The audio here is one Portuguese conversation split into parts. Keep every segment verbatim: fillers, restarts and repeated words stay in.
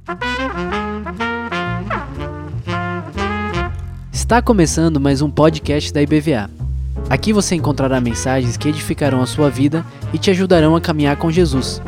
Está começando mais um podcast da I B V A. Aqui você encontrará mensagens que edificarão a sua vida e te ajudarão a caminhar com Jesus.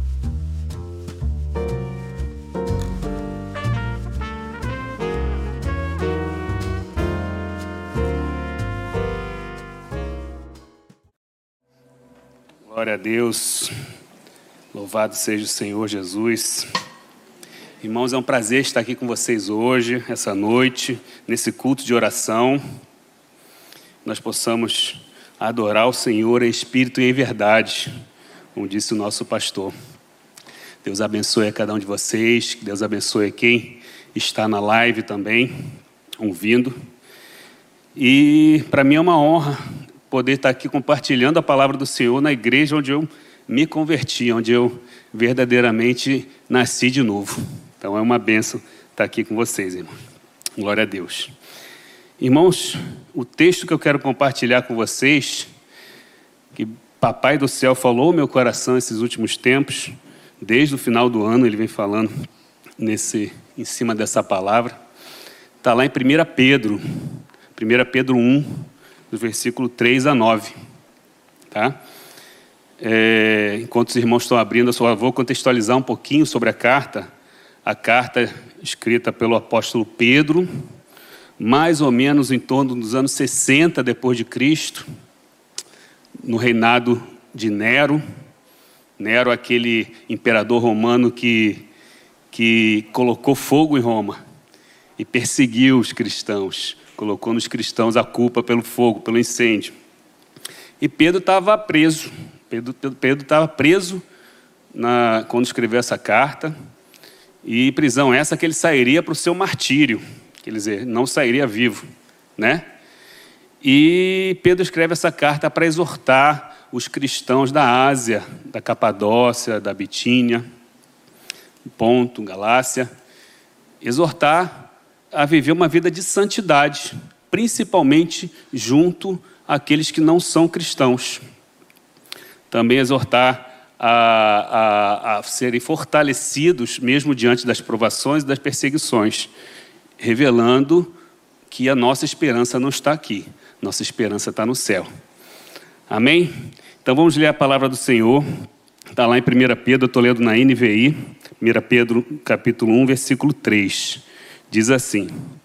Glória a Deus, louvado seja o Senhor Jesus. Irmãos, é um prazer estar aqui com vocês hoje, essa noite, nesse culto de oração. Nós possamos adorar o Senhor em espírito e em verdade, como disse o nosso pastor. Deus abençoe a cada um de vocês, que Deus abençoe quem está na live também, ouvindo. E para mim é uma honra poder estar aqui compartilhando a palavra do Senhor na igreja onde eu me converti, onde eu verdadeiramente nasci de novo. Então é uma bênção estar aqui com vocês, irmão. Glória a Deus. Irmãos, o texto que eu quero compartilhar com vocês, que Papai do Céu falou ao meu coração esses últimos tempos, desde o final do ano ele vem falando nesse, em cima dessa palavra, está lá em primeira Pedro, primeira Pedro um, do versículo três a nove, tá? É, enquanto os irmãos estão abrindo, eu só vou contextualizar um pouquinho sobre a carta, a carta escrita pelo apóstolo Pedro, mais ou menos em torno dos anos sessenta depois de Cristo, no reinado de Nero. Nero, aquele imperador romano que, que colocou fogo em Roma e perseguiu os cristãos, colocou nos cristãos a culpa pelo fogo, pelo incêndio. E Pedro estava preso, Pedro Pedro estava preso na, quando escreveu essa carta, e prisão essa que ele sairia para o seu martírio, quer dizer, não sairia vivo, né? E Pedro escreve essa carta para exortar os cristãos da Ásia, da Capadócia, da Bitínia, Ponto, Galácia, exortar a viver uma vida de santidade, principalmente junto àqueles que não são cristãos. Também exortar A, a, a serem fortalecidos mesmo diante das provações e das perseguições, revelando que a nossa esperança não está aqui, nossa esperança está no céu. Amém? Então vamos ler a palavra do Senhor, está lá em primeira Pedro, eu estou lendo na N V I, primeira Pedro capítulo um, versículo três, diz assim: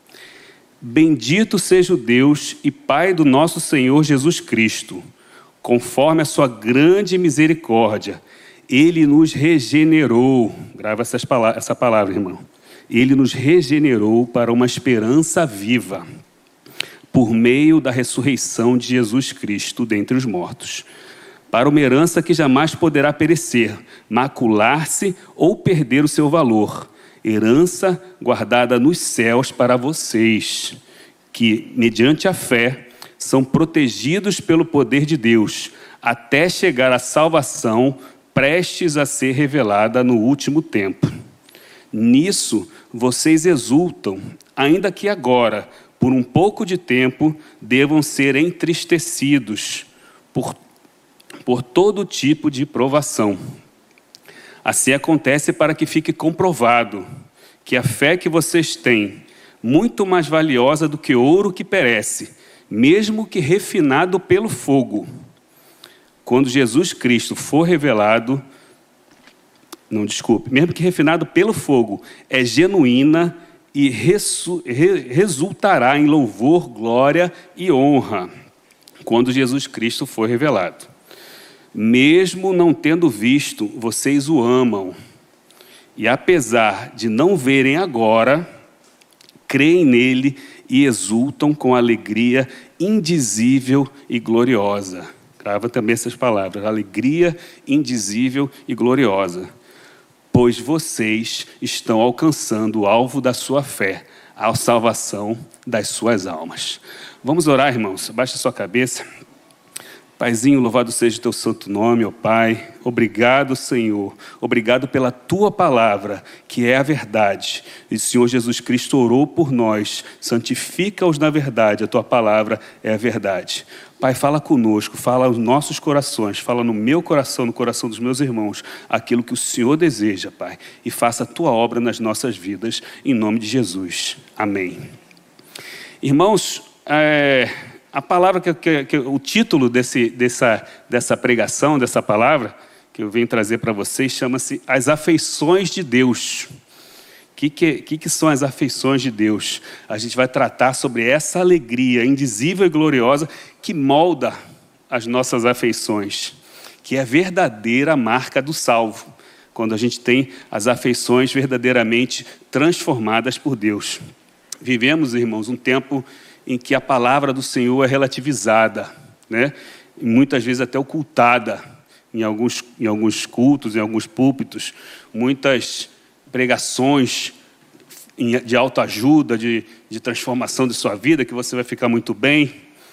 Bendito seja o Deus e Pai do nosso Senhor Jesus Cristo, conforme a sua grande misericórdia, Ele nos regenerou. Grava essas palavras, essa palavra, irmão. Ele nos regenerou para uma esperança viva, por meio da ressurreição de Jesus Cristo dentre os mortos, para uma herança que jamais poderá perecer, macular-se ou perder o seu valor. Herança guardada nos céus para vocês, que, mediante a fé, são protegidos pelo poder de Deus, até chegar à salvação prestes a ser revelada no último tempo. Nisso vocês exultam, ainda que agora, por um pouco de tempo, devam ser entristecidos por, por todo tipo de provação. Assim acontece para que fique comprovado que a fé que vocês têm, muito mais valiosa do que ouro que perece, mesmo que refinado pelo fogo, quando Jesus Cristo for revelado, não, desculpe, mesmo que refinado pelo fogo, é genuína e resu, re, resultará em louvor, glória e honra, quando Jesus Cristo for revelado. Mesmo não tendo visto, vocês o amam, e apesar de não verem agora, creem nele e exultam com alegria indizível e gloriosa. Grava também essas palavras, alegria indizível e gloriosa. Pois vocês estão alcançando o alvo da sua fé, a salvação das suas almas. Vamos orar, irmãos. Abaixa sua cabeça. Paizinho, louvado seja o teu santo nome, ó Pai. Obrigado, Senhor. Obrigado pela tua palavra, que é a verdade. E o Senhor Jesus Cristo orou por nós. Santifica-os na verdade. A tua palavra é a verdade. Pai, fala conosco, fala aos nossos corações, fala no meu coração, no coração dos meus irmãos, aquilo que o Senhor deseja, Pai, e faça a tua obra nas nossas vidas, em nome de Jesus. Amém. Irmãos, é, a palavra, que, que, que o título desse, dessa, dessa pregação, dessa palavra, que eu venho trazer para vocês, chama-se As Afeições de Deus. O que, que, que, que são as afeições de Deus? A gente vai tratar sobre essa alegria indizível e gloriosa que molda as nossas afeições, que é a verdadeira marca do salvo, quando a gente tem as afeições verdadeiramente transformadas por Deus. Vivemos, irmãos, um tempo em que a palavra do Senhor é relativizada, né? E muitas vezes até ocultada em alguns, em alguns cultos, em alguns púlpitos, muitas pregações de autoajuda, de, de transformação de sua vida, que você vai ficar muito bem,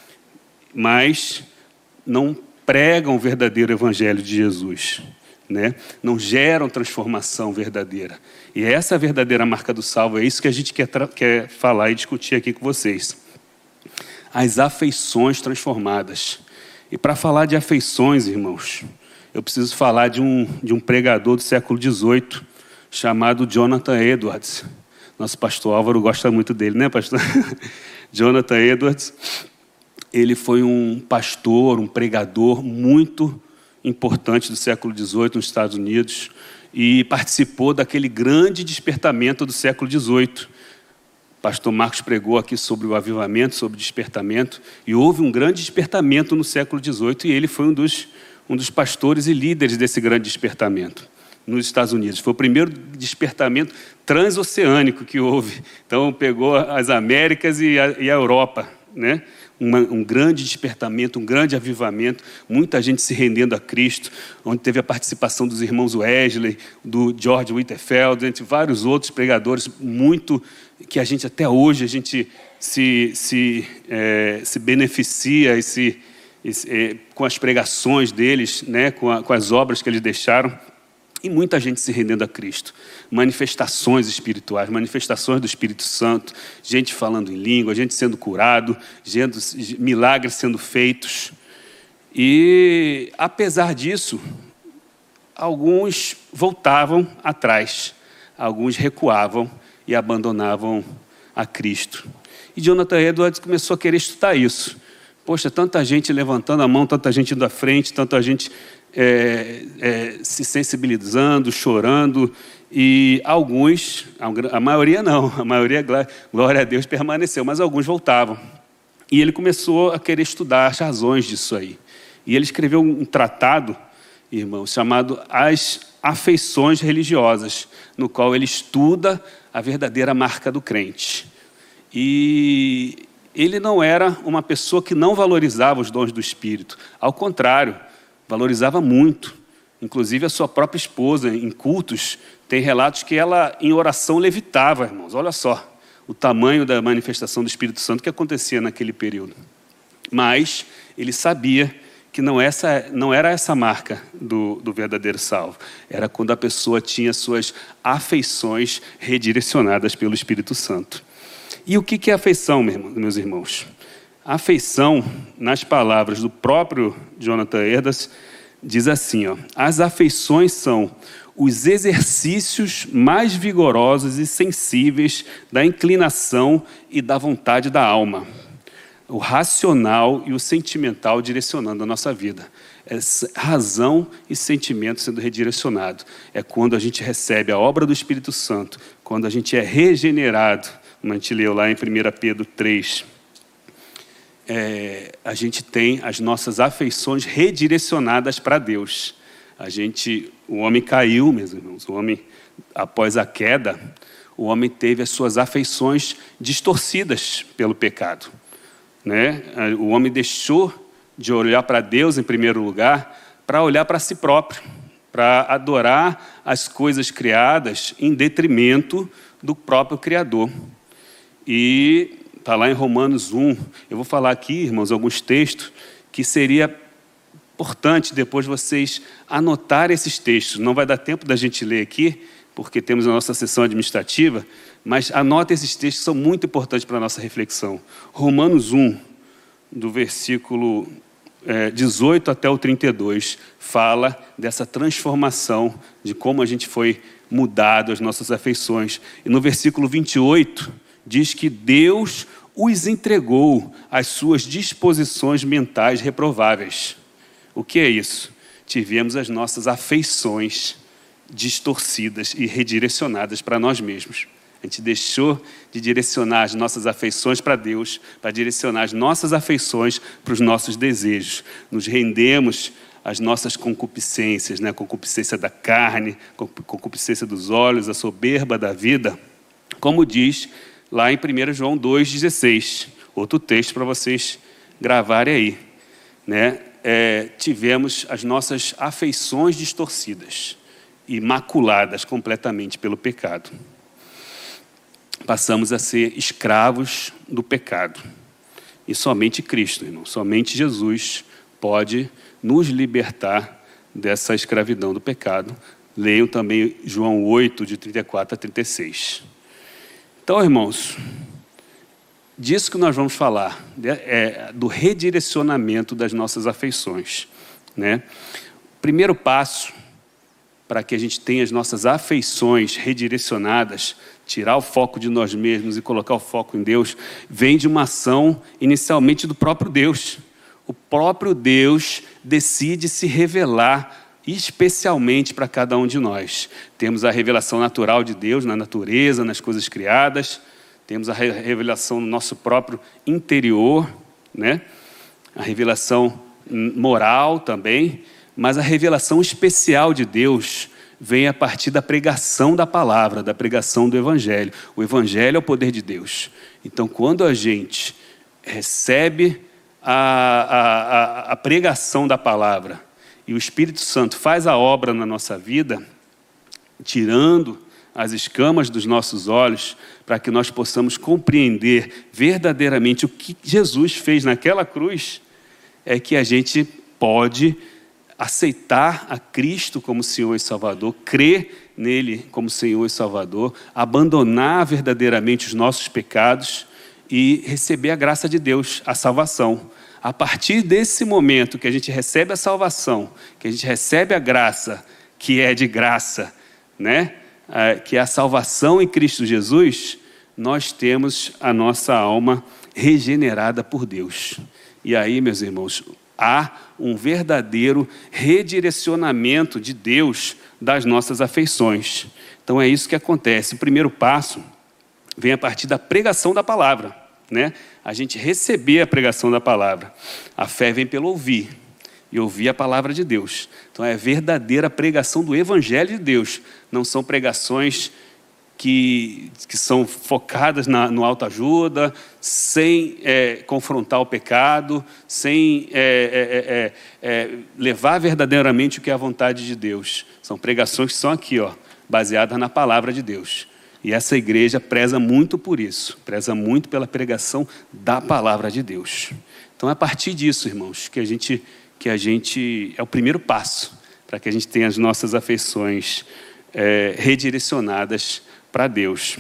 mas não pregam o verdadeiro evangelho de Jesus, né? Não geram transformação verdadeira. E essa é a verdadeira marca do salvo, é isso que a gente quer, quer falar e discutir aqui com vocês. As afeições transformadas. E para falar de afeições, irmãos, eu preciso falar de um, de um pregador do século dezoito, chamado Jonathan Edwards. Nosso pastor Álvaro gosta muito dele, né, pastor? Jonathan Edwards. Ele foi um pastor, um pregador muito importante do século dezoito nos Estados Unidos e participou daquele grande despertamento do século dezoito. O pastor Marcos pregou aqui sobre o avivamento, sobre o despertamento, e houve um grande despertamento no século dezoito, e ele foi um dos, um dos pastores e líderes desse grande despertamento nos Estados Unidos. Foi o primeiro despertamento transoceânico que houve. Então, pegou as Américas e a, e a Europa, né? Uma, um grande despertamento, um grande avivamento, muita gente se rendendo a Cristo, onde teve a participação dos irmãos Wesley, do George Whitefield, entre vários outros pregadores, muito que a gente até hoje a gente se, se, é, se beneficia e se, e, é, com as pregações deles, né? com, a, com as obras que eles deixaram. E muita gente se rendendo a Cristo. Manifestações espirituais, manifestações do Espírito Santo, gente falando em língua, gente sendo curado, gente, milagres sendo feitos. E, apesar disso, alguns voltavam atrás, alguns recuavam e abandonavam a Cristo. E Jonathan Edwards começou a querer estudar isso. Poxa, tanta gente levantando a mão, tanta gente indo à frente, tanta gente é, é, se sensibilizando, chorando, e alguns, a maioria não, a maioria, glória a Deus, permaneceu, mas alguns voltavam. E ele começou a querer estudar as razões disso aí. E ele escreveu um tratado, irmãos, chamado As Afeições Religiosas, no qual ele estuda a verdadeira marca do crente. E ele não era uma pessoa que não valorizava os dons do Espírito. Ao contrário, valorizava muito. Inclusive a sua própria esposa, em cultos, tem relatos que ela, em oração, levitava, irmãos. Olha só o tamanho da manifestação do Espírito Santo que acontecia naquele período. Mas ele sabia que não, essa, não era essa marca do, do verdadeiro salvo. Era quando a pessoa tinha suas afeições redirecionadas pelo Espírito Santo. E o que é afeição, meus irmãos? A afeição, nas palavras do próprio Jonathan Edwards, diz assim, ó, as afeições são os exercícios mais vigorosos e sensíveis da inclinação e da vontade da alma. O racional e o sentimental direcionando a nossa vida. É razão e sentimento sendo redirecionado. É quando a gente recebe a obra do Espírito Santo, quando a gente é regenerado, como a gente leu lá em primeira Pedro três, é, a gente tem as nossas afeições redirecionadas para Deus. A gente, o homem caiu, meus irmãos, o homem, após a queda, o homem teve as suas afeições distorcidas pelo pecado. Né? O homem deixou de olhar para Deus em primeiro lugar, para olhar para si próprio, para adorar as coisas criadas em detrimento do próprio Criador. E está lá em Romanos um, eu vou falar aqui, irmãos, alguns textos que seria importante depois vocês anotarem esses textos. Não vai dar tempo da gente ler aqui, porque temos a nossa sessão administrativa, mas anotem esses textos que são muito importantes para a nossa reflexão. Romanos um, do versículo é, dezoito até o trinta e dois, fala dessa transformação, de como a gente foi mudado, as nossas afeições. E no versículo vinte e oito, diz que Deus os entregou às suas disposições mentais reprováveis. O que é isso? Tivemos as nossas afeições distorcidas e redirecionadas para nós mesmos. A gente deixou de direcionar as nossas afeições para Deus, para direcionar as nossas afeições para os nossos desejos. Nos rendemos às nossas concupiscências, né? A concupiscência da carne, a concupiscência dos olhos, a soberba da vida, como diz lá em primeiro João dois, dezesseis. Outro texto para vocês gravarem aí, né? É, tivemos as nossas afeições distorcidas e maculadas completamente pelo pecado. Passamos a ser escravos do pecado. E somente Cristo, irmão, somente Jesus pode nos libertar dessa escravidão do pecado. Leiam também João oito, de trinta e quatro a trinta e seis. Então, irmãos, disso que nós vamos falar, é do redirecionamento das nossas afeições, né? O primeiro passo para que a gente tenha as nossas afeições redirecionadas, tirar o foco de nós mesmos e colocar o foco em Deus, vem de uma ação inicialmente do próprio Deus. O próprio Deus decide se revelar especialmente para cada um de nós. Temos a revelação natural de Deus na natureza, nas coisas criadas. Temos a revelação no nosso próprio interior, né? A revelação moral também. Mas a revelação especial de Deus vem a partir da pregação da palavra, da pregação do Evangelho. O Evangelho é o poder de Deus. Então, quando a gente recebe a, a, a, a pregação da palavra e o Espírito Santo faz a obra na nossa vida, tirando as escamas dos nossos olhos, para que nós possamos compreender verdadeiramente o que Jesus fez naquela cruz, é que a gente pode aceitar a Cristo como Senhor e Salvador, crer nele como Senhor e Salvador, abandonar verdadeiramente os nossos pecados e receber a graça de Deus, a salvação. A partir desse momento que a gente recebe a salvação, que a gente recebe a graça, que é de graça, né? Que é a salvação em Cristo Jesus, nós temos a nossa alma regenerada por Deus. E aí, meus irmãos, há um verdadeiro redirecionamento de Deus das nossas afeições. Então é isso que acontece. O primeiro passo vem a partir da pregação da palavra, né? A gente receber a pregação da palavra. A fé vem pelo ouvir, e ouvir a palavra de Deus. Então é a verdadeira pregação do Evangelho de Deus. Não são pregações que, que são focadas na, no autoajuda, sem é, confrontar o pecado, sem é, é, é, é, levar verdadeiramente o que é a vontade de Deus. São pregações que são aqui, ó, baseadas na palavra de Deus. E essa igreja preza muito por isso, preza muito pela pregação da palavra de Deus. Então é a partir disso, irmãos, que a gente, que a gente é o primeiro passo para que a gente tenha as nossas afeições é, redirecionadas para Deus.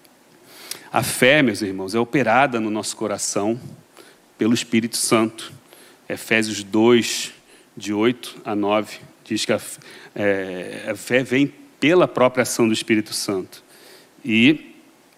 A fé, meus irmãos, é operada no nosso coração pelo Espírito Santo. Efésios dois, de oito a nove, diz que a, é, a fé vem pela própria ação do Espírito Santo. E,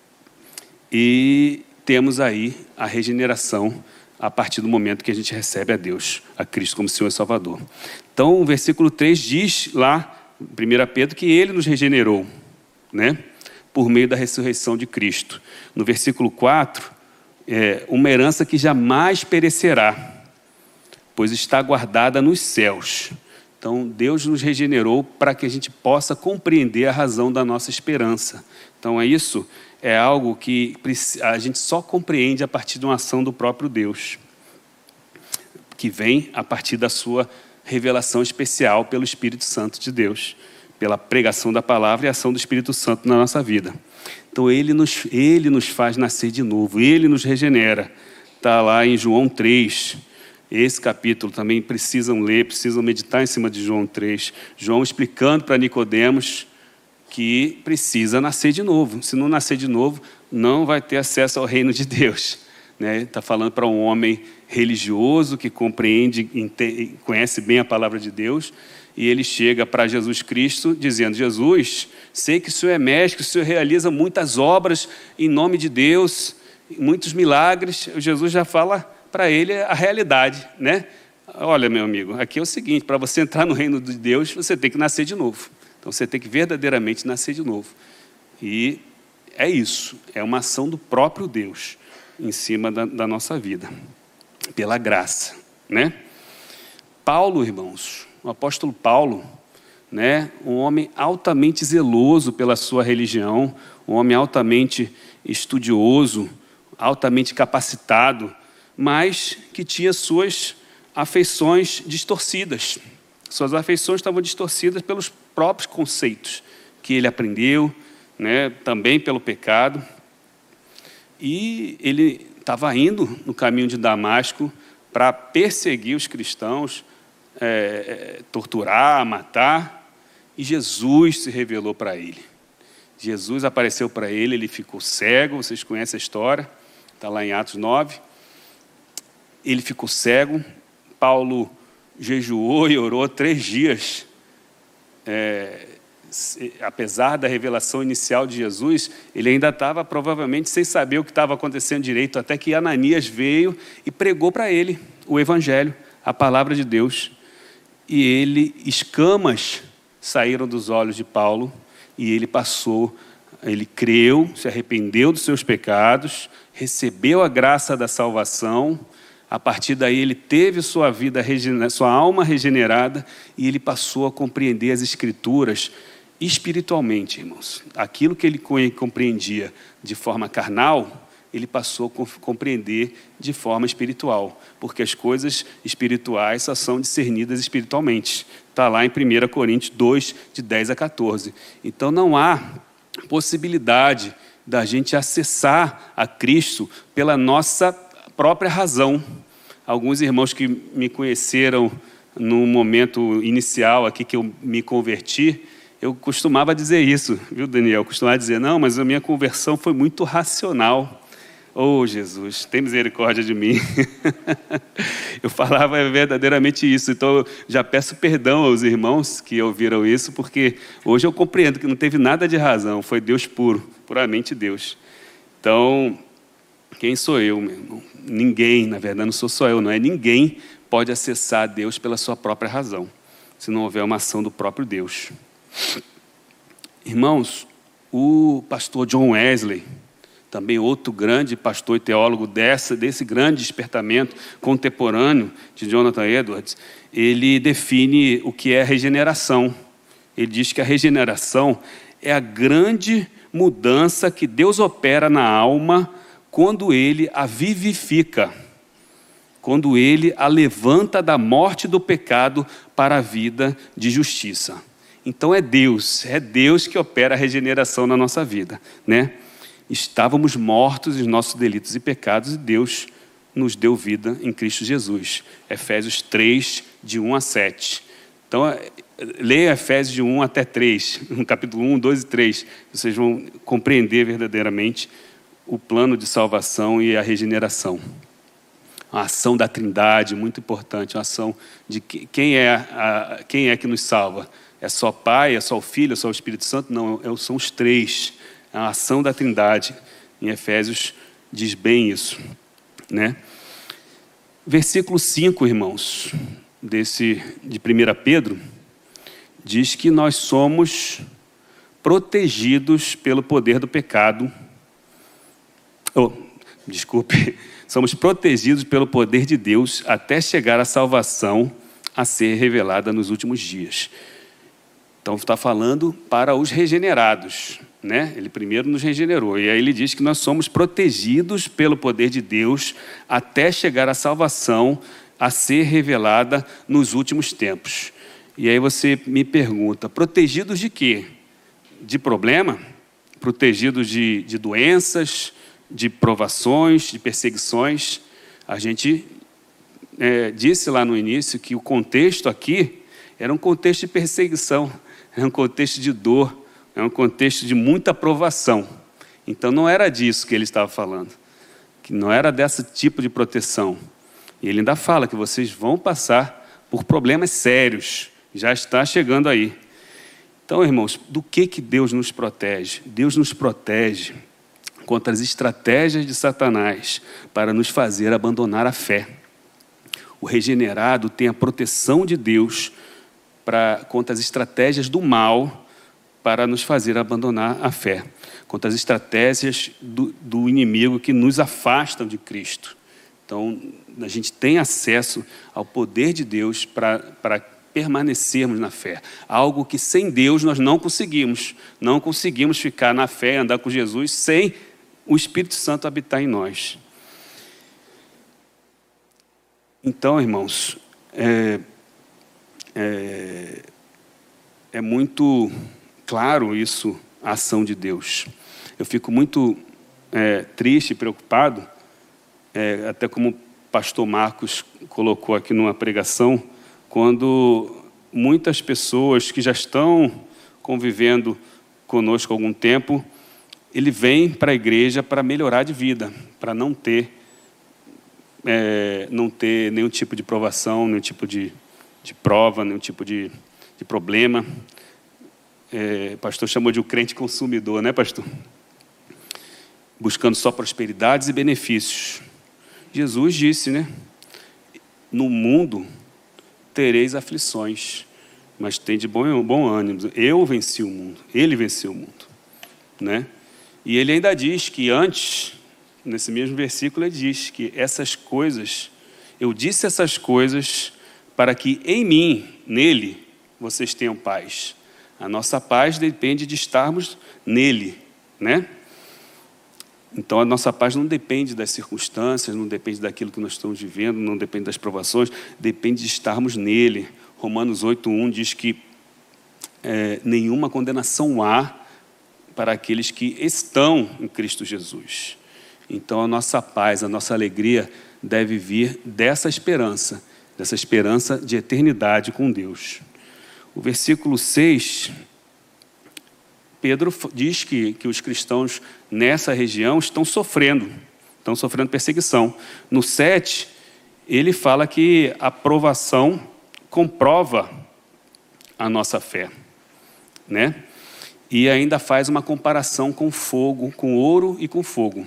e temos aí a regeneração a partir do momento que a gente recebe a Deus, a Cristo como Senhor e Salvador. Então, o versículo três diz lá, em primeiro Pedro, que Ele nos regenerou, né? Por meio da ressurreição de Cristo. No versículo quatro, é uma herança que jamais perecerá, pois está guardada nos céus. Então, Deus nos regenerou para que a gente possa compreender a razão da nossa esperança. Então, é isso, é algo que a gente só compreende a partir de uma ação do próprio Deus, que vem a partir da sua revelação especial pelo Espírito Santo de Deus, pela pregação da palavra e a ação do Espírito Santo na nossa vida. Então, Ele nos, ele nos faz nascer de novo, Ele nos regenera. Está lá em João três, esse capítulo também precisam ler, precisam meditar em cima de João três. João explicando para Nicodemos que precisa nascer de novo. Se não nascer de novo, não vai ter acesso ao reino de Deus. né? Está falando para um homem religioso que compreende, entende, conhece bem a palavra de Deus, e ele chega para Jesus Cristo dizendo: Jesus, sei que o Senhor é mestre, que o Senhor realiza muitas obras em nome de Deus, muitos milagres. Jesus já fala para ele a realidade, né? Olha, meu amigo, aqui é o seguinte: para você entrar no reino de Deus, você tem que nascer de novo. Então você tem que verdadeiramente nascer de novo. E é isso, é uma ação do próprio Deus em cima da, da nossa vida, pela graça, né? Paulo, irmãos, o apóstolo Paulo, né, um homem altamente zeloso pela sua religião, um homem altamente estudioso, altamente capacitado, mas que tinha suas afeições distorcidas. Suas afeições estavam distorcidas pelos próprios conceitos que ele aprendeu, né, também pelo pecado. E ele estava indo no caminho de Damasco para perseguir os cristãos, é, torturar, matar, e Jesus se revelou para ele. Jesus apareceu para ele, ele ficou cego, vocês conhecem a história, está lá em Atos nove. Ele ficou cego, Paulo jejuou e orou três dias. É, apesar da revelação inicial de Jesus, ele ainda estava provavelmente sem saber o que estava acontecendo direito, até que Ananias veio e pregou para ele o Evangelho, a palavra de Deus. E ele, escamas saíram dos olhos de Paulo, e ele passou, ele creu, se arrependeu dos seus pecados, recebeu a graça da salvação. A partir daí ele teve sua vida, sua alma regenerada, e ele passou a compreender as Escrituras espiritualmente, irmãos. Aquilo que ele compreendia de forma carnal, ele passou a compreender de forma espiritual, porque as coisas espirituais só são discernidas espiritualmente. Está lá em primeira Coríntios dois, de dez a quatorze. Então não há possibilidade da gente acessar a Cristo pela nossa própria razão. Alguns irmãos que me conheceram no momento inicial aqui que eu me converti, eu costumava dizer isso, viu, Daniel? Eu costumava dizer: não, mas a minha conversão foi muito racional. Oh, Jesus, tem misericórdia de mim. Eu falava verdadeiramente isso. Então, eu já peço perdão aos irmãos que ouviram isso, porque hoje eu compreendo que não teve nada de razão, foi Deus puro, puramente Deus. Então, quem sou eu, meu irmão? Ninguém, na verdade, não sou só eu, não é ninguém pode acessar a Deus pela sua própria razão, se não houver uma ação do próprio Deus. Irmãos, o pastor John Wesley, também outro grande pastor e teólogo dessa, desse grande despertamento contemporâneo de Jonathan Edwards, ele define o que é regeneração. Ele diz que a regeneração é a grande mudança que Deus opera na alma quando Ele a vivifica, quando Ele a levanta da morte do pecado para a vida de justiça. Então é Deus, é Deus que opera a regeneração na nossa vida, né? Estávamos mortos em nossos delitos e pecados, e Deus nos deu vida em Cristo Jesus. Efésios três, de um a sete. Então, leia Efésios de um até três, no capítulo um, dois e três. Vocês vão compreender verdadeiramente o plano de salvação e a regeneração. A ação da Trindade, muito importante, a ação de quem é, a, quem é que nos salva. É só Pai, é só o Filho, é só o Espírito Santo? Não, são os três. A ação da Trindade, em Efésios, diz bem isso, né? Versículo cinco, irmãos, desse, de primeira Pedro, diz que nós somos protegidos pelo poder do pecado. Oh, desculpe, somos protegidos pelo poder de Deus até chegar à salvação a ser revelada nos últimos dias. Então está falando para os regenerados, né? Ele primeiro nos regenerou, e aí ele diz que nós somos protegidos pelo poder de Deus até chegar à salvação a ser revelada nos últimos tempos. E aí você me pergunta, protegidos de quê? De problema? Protegidos de, de doenças, de provações, de perseguições? A gente é, disse lá no início que o contexto aqui era um contexto de perseguição, era um contexto de dor, é um contexto de muita provação. Então não era disso que ele estava falando. que não era desse tipo de proteção. E ele ainda fala que vocês vão passar por problemas sérios, já está chegando aí. Então, irmãos, do que, que Deus nos protege? Deus nos protege contra as estratégias de Satanás para nos fazer abandonar a fé. O regenerado tem a proteção de Deus para, contra as estratégias do mal para nos fazer abandonar a fé, contra as estratégias do, do inimigo que nos afastam de Cristo. Então, a gente tem acesso ao poder de Deus para, para permanecermos na fé. Algo que sem Deus nós não conseguimos. Não conseguimos ficar na fé, andar com Jesus, sem o Espírito Santo habitar em nós. Então, irmãos, é, é, é muito claro isso, a ação de Deus. Eu fico muito é, triste e preocupado, é, até como o pastor Marcos colocou aqui numa pregação, quando muitas pessoas que já estão convivendo conosco há algum tempo, ele vem para a igreja para melhorar de vida, para não ter, é, não ter nenhum tipo de provação, nenhum tipo de, de prova, nenhum tipo de, de problema. É, o pastor chamou de o crente consumidor, né, pastor? Buscando só prosperidades e benefícios. Jesus disse, né? No mundo tereis aflições, mas tende bom, bom ânimo. Eu venci o mundo, ele venceu o mundo, né? E ele ainda diz que antes, nesse mesmo versículo, ele diz que essas coisas, eu disse essas coisas para que em mim, nele, vocês tenham paz. A nossa paz depende de estarmos nele, né? Então, a nossa paz não depende das circunstâncias, não depende daquilo que nós estamos vivendo, não depende das provações, depende de estarmos nele. Romanos oito, um diz que é, nenhuma condenação há para aqueles que estão em Cristo Jesus. Então, a nossa paz, a nossa alegria deve vir dessa esperança, dessa esperança de eternidade com Deus. O versículo seis... Pedro diz que, que os cristãos nessa região estão sofrendo, estão sofrendo perseguição. No sete, ele fala que a provação comprova a nossa fé, né? E ainda faz uma comparação com fogo, com ouro e com fogo.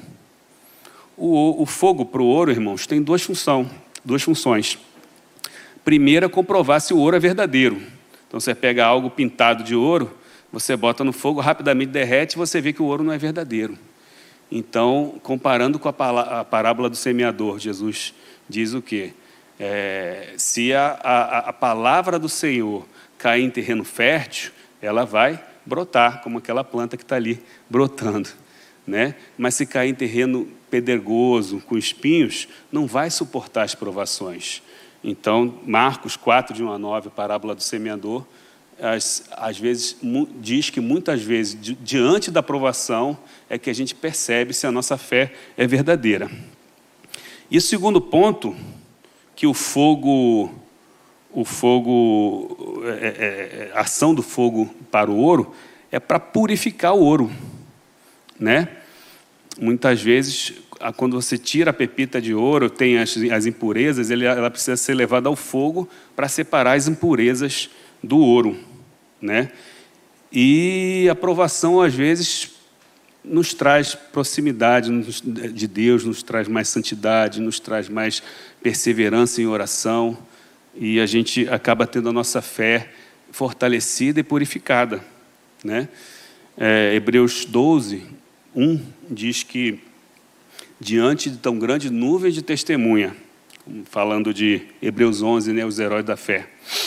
O, o fogo para o ouro, irmãos, tem duas, função, duas funções. Primeiro é comprovar se o ouro é verdadeiro. Então, você pega algo pintado de ouro, você bota no fogo, rapidamente derrete e você vê que o ouro não é verdadeiro. Então, comparando com a, a parábola do semeador, Jesus diz o quê? É, se a, a, a palavra do Senhor cair em terreno fértil, ela vai brotar, como aquela planta que está ali brotando, né? Mas se cair em terreno pedregoso, com espinhos, não vai suportar as provações. Então, Marcos quatro, de um a nove, a parábola do semeador, Às, às vezes, diz que muitas vezes, di, diante da provação, é que a gente percebe se a nossa fé é verdadeira. E o segundo ponto, que o fogo, o fogo, é, é, a ação do fogo para o ouro, é para purificar o ouro, né? Muitas vezes, quando você tira a pepita de ouro, tem as, as impurezas, ele, ela precisa ser levada ao fogo para separar as impurezas do ouro, né? E a provação, às vezes, nos traz proximidade de Deus, nos traz mais santidade, nos traz mais perseverança em oração, e a gente acaba tendo a nossa fé fortalecida e purificada, né? É, Hebreus doze, um, diz que diante de tão grande nuvem de testemunha, falando de Hebreus onze, né, os heróis da fé,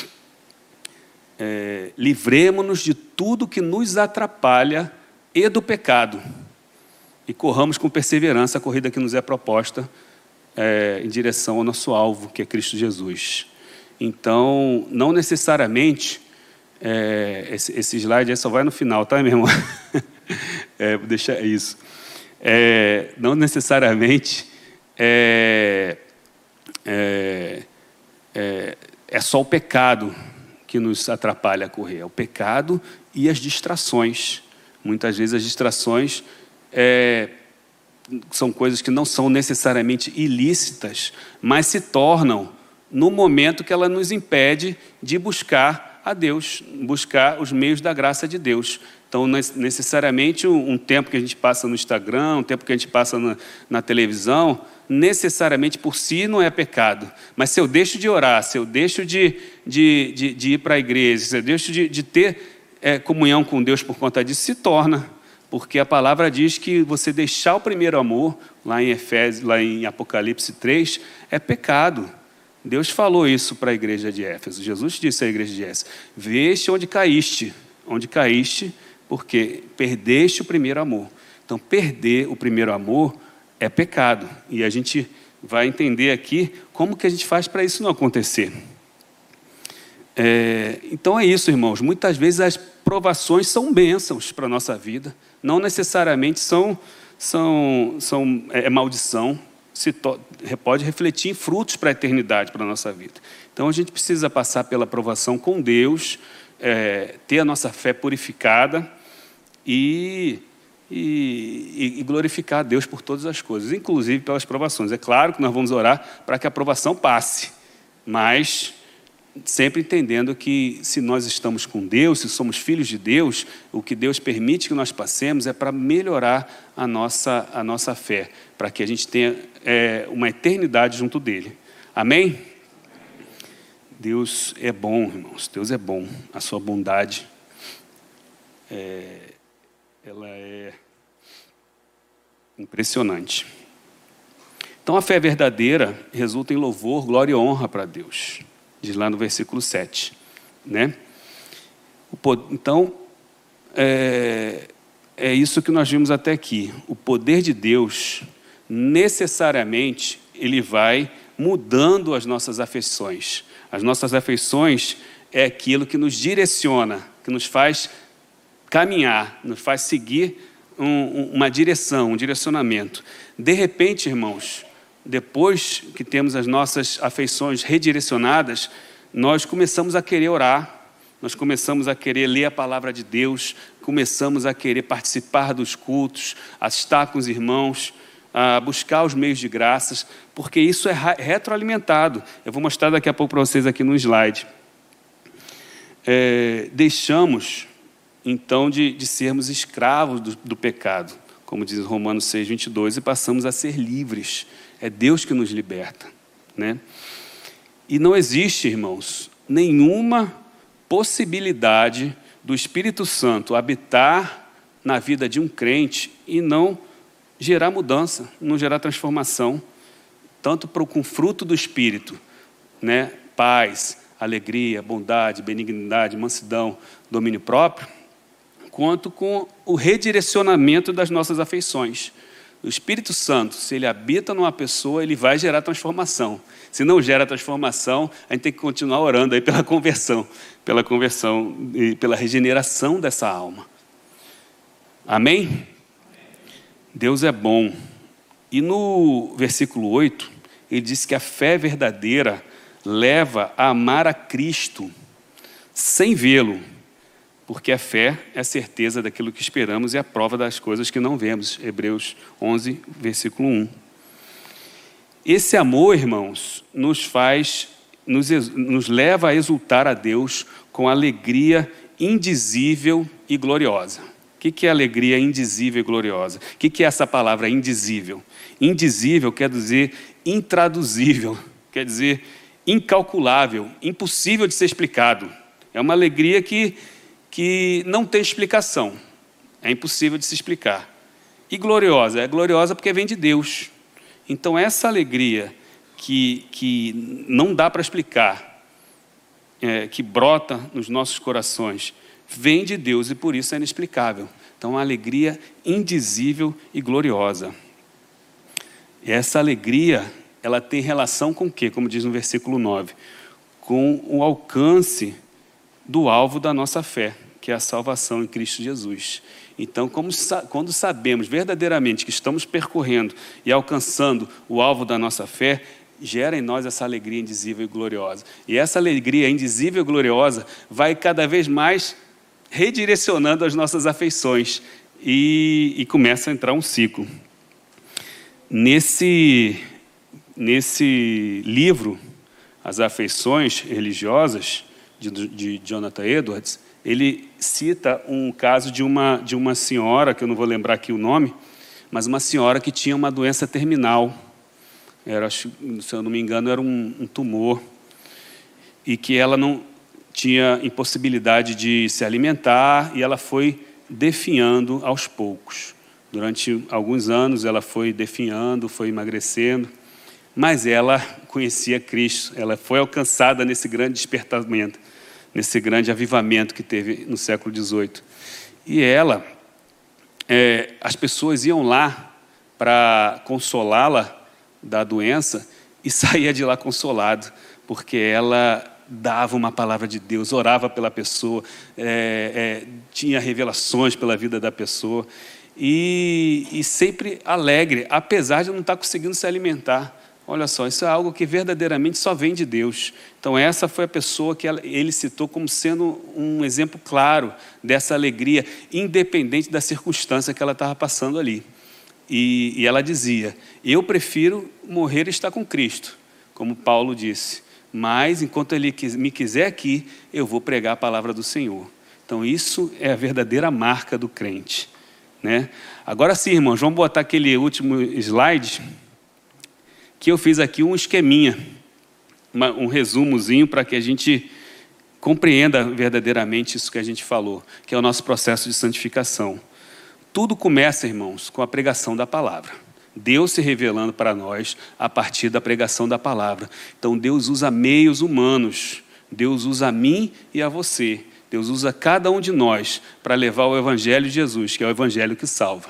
É, livremo-nos de tudo que nos atrapalha e do pecado, e corramos com perseverança a corrida que nos é proposta é, em direção ao nosso alvo, que é Cristo Jesus. Então, não necessariamente, é, esse, esse slide aí só vai no final, tá, meu irmão? é, vou deixar isso. É, não necessariamente é, é, é, é só o pecado que nos atrapalha a correr, é o pecado e as distrações. Muitas vezes as distrações é, são coisas que não são necessariamente ilícitas, mas se tornam no momento que ela nos impede de buscar a Deus, buscar os meios da graça de Deus. Então, necessariamente, um tempo que a gente passa no Instagram, um tempo que a gente passa na, na televisão, necessariamente por si não é pecado. Mas se eu deixo de orar, se eu deixo de, de, de, de ir para a igreja, se eu deixo de, de ter é, comunhão com Deus por conta disso, se torna. Porque a palavra diz que você deixar o primeiro amor, lá em Efésios, lá em Apocalipse três, é pecado. Deus falou isso para a igreja de Éfeso. Jesus disse à igreja de Éfeso: veste onde caíste, onde caíste, porque perdeste o primeiro amor. Então, perder o primeiro amor é pecado. E a gente vai entender aqui como que a gente faz para isso não acontecer. É, então é isso, irmãos. Muitas vezes as provações são bênçãos para a nossa vida. Não necessariamente são, são, são é, maldição. Se to, pode refletir em frutos para a eternidade, para a nossa vida. Então a gente precisa passar pela provação com Deus, é, ter a nossa fé purificada e, e, e glorificar a Deus por todas as coisas, inclusive pelas provações. É claro que nós vamos orar para que a provação passe, mas sempre entendendo que se nós estamos com Deus, se somos filhos de Deus, o que Deus permite que nós passemos é para melhorar a nossa, a nossa fé, para que a gente tenha é, uma eternidade junto dele. Amém? Deus é bom, irmãos, Deus é bom. A sua bondade, é, ela é impressionante. Então, a fé verdadeira resulta em louvor, glória e honra para Deus. Diz lá no versículo sete. Né? Então, é, é isso que nós vimos até aqui. O poder de Deus, necessariamente, ele vai mudando as nossas afeições. As nossas afeições é aquilo que nos direciona, que nos faz caminhar, nos faz seguir um, uma direção, um direcionamento. De repente, irmãos, depois que temos as nossas afeições redirecionadas, nós começamos a querer orar, nós começamos a querer ler a palavra de Deus, começamos a querer participar dos cultos, a estar com os irmãos, a buscar os meios de graças, porque isso é retroalimentado. Eu vou mostrar daqui a pouco para vocês aqui no slide. É, deixamos, então, de, de sermos escravos do, do pecado, como diz Romanos seis, vinte e dois, e passamos a ser livres. É Deus que nos liberta, né? E não existe, irmãos, nenhuma possibilidade do Espírito Santo habitar na vida de um crente e não gerar mudança, não gerar transformação, tanto pro, com fruto do Espírito, né? Paz, alegria, bondade, benignidade, mansidão, domínio próprio, quanto com o redirecionamento das nossas afeições. O Espírito Santo, se ele habita numa pessoa, ele vai gerar transformação. Se não gera transformação, a gente tem que continuar orando aí pela conversão, pela conversão e pela regeneração dessa alma. Amém? Deus é bom. E no versículo oito, ele diz que a fé verdadeira leva a amar a Cristo sem vê-lo, porque a fé é a certeza daquilo que esperamos e a prova das coisas que não vemos. Hebreus onze, versículo um. Esse amor, irmãos, nos faz, nos, nos leva a exultar a Deus com alegria indizível e gloriosa. O que, que é alegria indizível e gloriosa? O que, que é essa palavra indizível? Indizível quer dizer intraduzível, quer dizer incalculável, impossível de ser explicado. É uma alegria que que não tem explicação, é impossível de se explicar. E gloriosa, é gloriosa porque vem de Deus. Então essa alegria que, que não dá para explicar, é, que brota nos nossos corações, vem de Deus e por isso é inexplicável. Então uma alegria indizível e gloriosa. E essa alegria, ela tem relação com o quê? Como diz no versículo nove, com o alcance do alvo da nossa fé, que é a salvação em Cristo Jesus. Então, como, quando sabemos verdadeiramente que estamos percorrendo e alcançando o alvo da nossa fé, gera em nós essa alegria indizível e gloriosa. E essa alegria indizível e gloriosa vai cada vez mais redirecionando as nossas afeições e, e começa a entrar um ciclo. nesse, nesse livro, As Afeições Religiosas, de, de Jonathan Edwards, ele cita um caso de uma, de uma senhora, que eu não vou lembrar aqui o nome, mas uma senhora que tinha uma doença terminal. Era, se eu não me engano, era um, um tumor, e que ela não tinha impossibilidade de se alimentar, e ela foi definhando aos poucos. Durante alguns anos ela foi definhando, foi emagrecendo, mas ela conhecia Cristo, ela foi alcançada nesse grande despertamento, nesse grande avivamento que teve no século dezoito. E ela, é, as pessoas iam lá para consolá-la da doença e saía de lá consolado, porque ela dava uma palavra de Deus, orava pela pessoa, é, é, tinha revelações pela vida da pessoa, e, e sempre alegre, apesar de não estar conseguindo se alimentar. Olha só, isso é algo que verdadeiramente só vem de Deus. Então essa foi a pessoa que ela, ele citou como sendo um exemplo claro dessa alegria, independente da circunstância que ela estava passando ali. E, e ela dizia, eu prefiro morrer e estar com Cristo, como Paulo disse, mas enquanto Ele me quiser aqui, eu vou pregar a palavra do Senhor. Então isso é a verdadeira marca do crente, né? Agora sim, irmãos, vamos botar aquele último slide, que eu fiz aqui um esqueminha, uma, um resumozinho para que a gente compreenda verdadeiramente isso que a gente falou, que é o nosso processo de santificação. Tudo começa, irmãos, com a pregação da palavra. Deus se revelando para nós a partir da pregação da palavra. Então Deus usa meios humanos, Deus usa a mim e a você, Deus usa cada um de nós para levar o Evangelho de Jesus, que é o Evangelho que salva.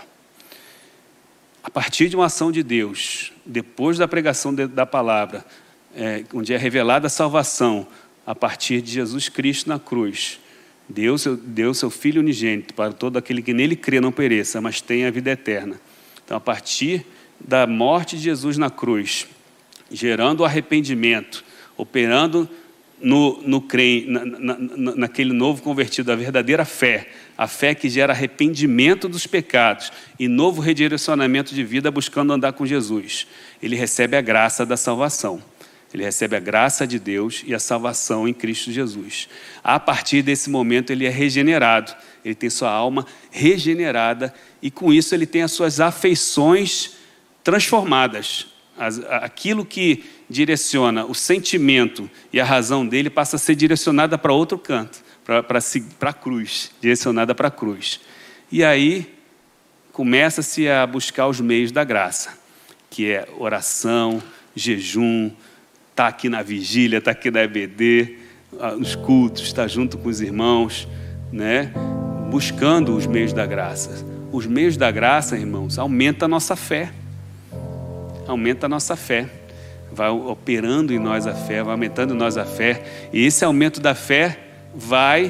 A partir de uma ação de Deus, depois da pregação de, da palavra, é, onde é revelada a salvação, a partir de Jesus Cristo na cruz, Deus deu seu Filho unigênito para todo aquele que nele crê não pereça, mas tenha a vida eterna. Então, a partir da morte de Jesus na cruz, gerando o arrependimento, operando no, no crente, na, na, naquele novo convertido, a verdadeira fé, a fé que gera arrependimento dos pecados e novo redirecionamento de vida buscando andar com Jesus, ele recebe a graça da salvação. Ele recebe a graça de Deus e a salvação em Cristo Jesus. A partir desse momento ele é regenerado, ele tem sua alma regenerada e com isso ele tem as suas afeições transformadas. As, aquilo que direciona o sentimento e a razão dele passa a ser direcionada para outro canto, para a cruz, direcionada para a cruz. E aí começa-se a buscar os meios da graça, que é oração, jejum, está aqui na vigília, está aqui na E B D, nos cultos, está junto com os irmãos, né? Buscando os meios da graça. Os meios da graça, irmãos, aumenta a nossa fé. Aumenta a nossa fé. Vai operando em nós a fé, vai aumentando em nós a fé. E esse aumento da fé vai,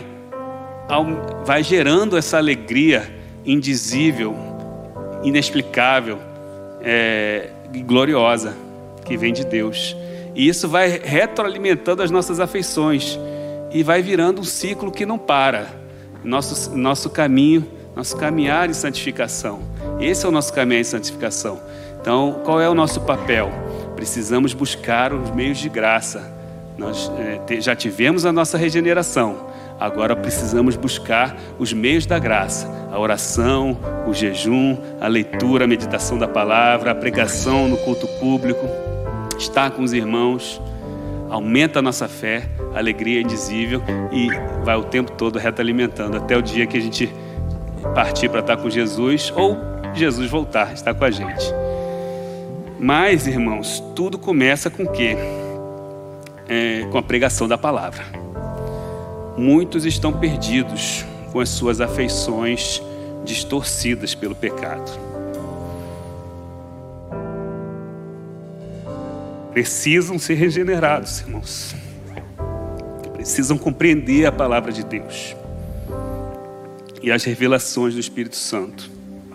vai gerando essa alegria indizível, inexplicável é, e gloriosa que vem de Deus. E isso vai retroalimentando as nossas afeições e vai virando um ciclo que não para. Nosso, nosso caminho, nosso caminhar em santificação. Esse é o nosso caminhar em santificação. Então, qual é o nosso papel? Precisamos buscar os meios de graça. Nós é, te, já tivemos a nossa regeneração. Agora precisamos buscar os meios da graça. A oração, o jejum, a leitura, a meditação da palavra, a pregação no culto público. Estar com os irmãos, aumenta a nossa fé, a alegria é indizível e vai o tempo todo retroalimentando até o dia que a gente partir para estar com Jesus ou Jesus voltar, estar com a gente. Mas, irmãos, tudo começa com o quê? É, com a pregação da palavra. Muitos estão perdidos com as suas afeições distorcidas pelo pecado. Precisam ser regenerados, irmãos. Precisam compreender a palavra de Deus e as revelações do Espírito Santo.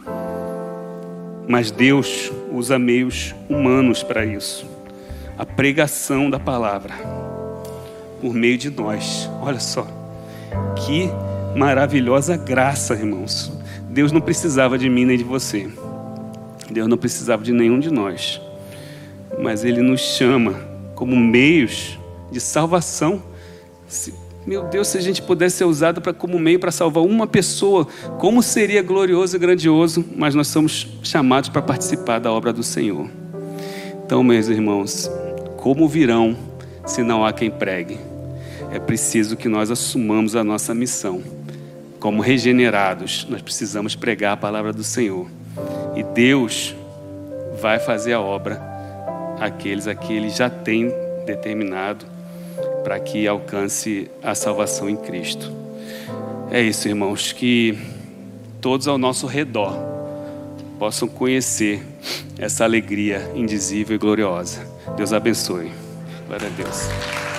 Mas Deus usa meios humanos para isso. A pregação da palavra por meio de nós. Olha só, que maravilhosa graça, irmãos. Deus não precisava de mim nem de você. Deus não precisava de nenhum de nós, mas Ele nos chama como meios de salvação. Se, meu Deus, se a gente pudesse ser usado pra, como meio para salvar uma pessoa, como seria glorioso e grandioso, mas nós somos chamados para participar da obra do Senhor. Então, meus irmãos, como virão se não há quem pregue? É preciso que nós assumamos a nossa missão. Como regenerados, nós precisamos pregar a palavra do Senhor. E Deus vai fazer a obra aqueles a que Ele já tem determinado para que alcance a salvação em Cristo. É isso, irmãos, que todos ao nosso redor possam conhecer essa alegria indizível e gloriosa. Deus abençoe. Glória a Deus.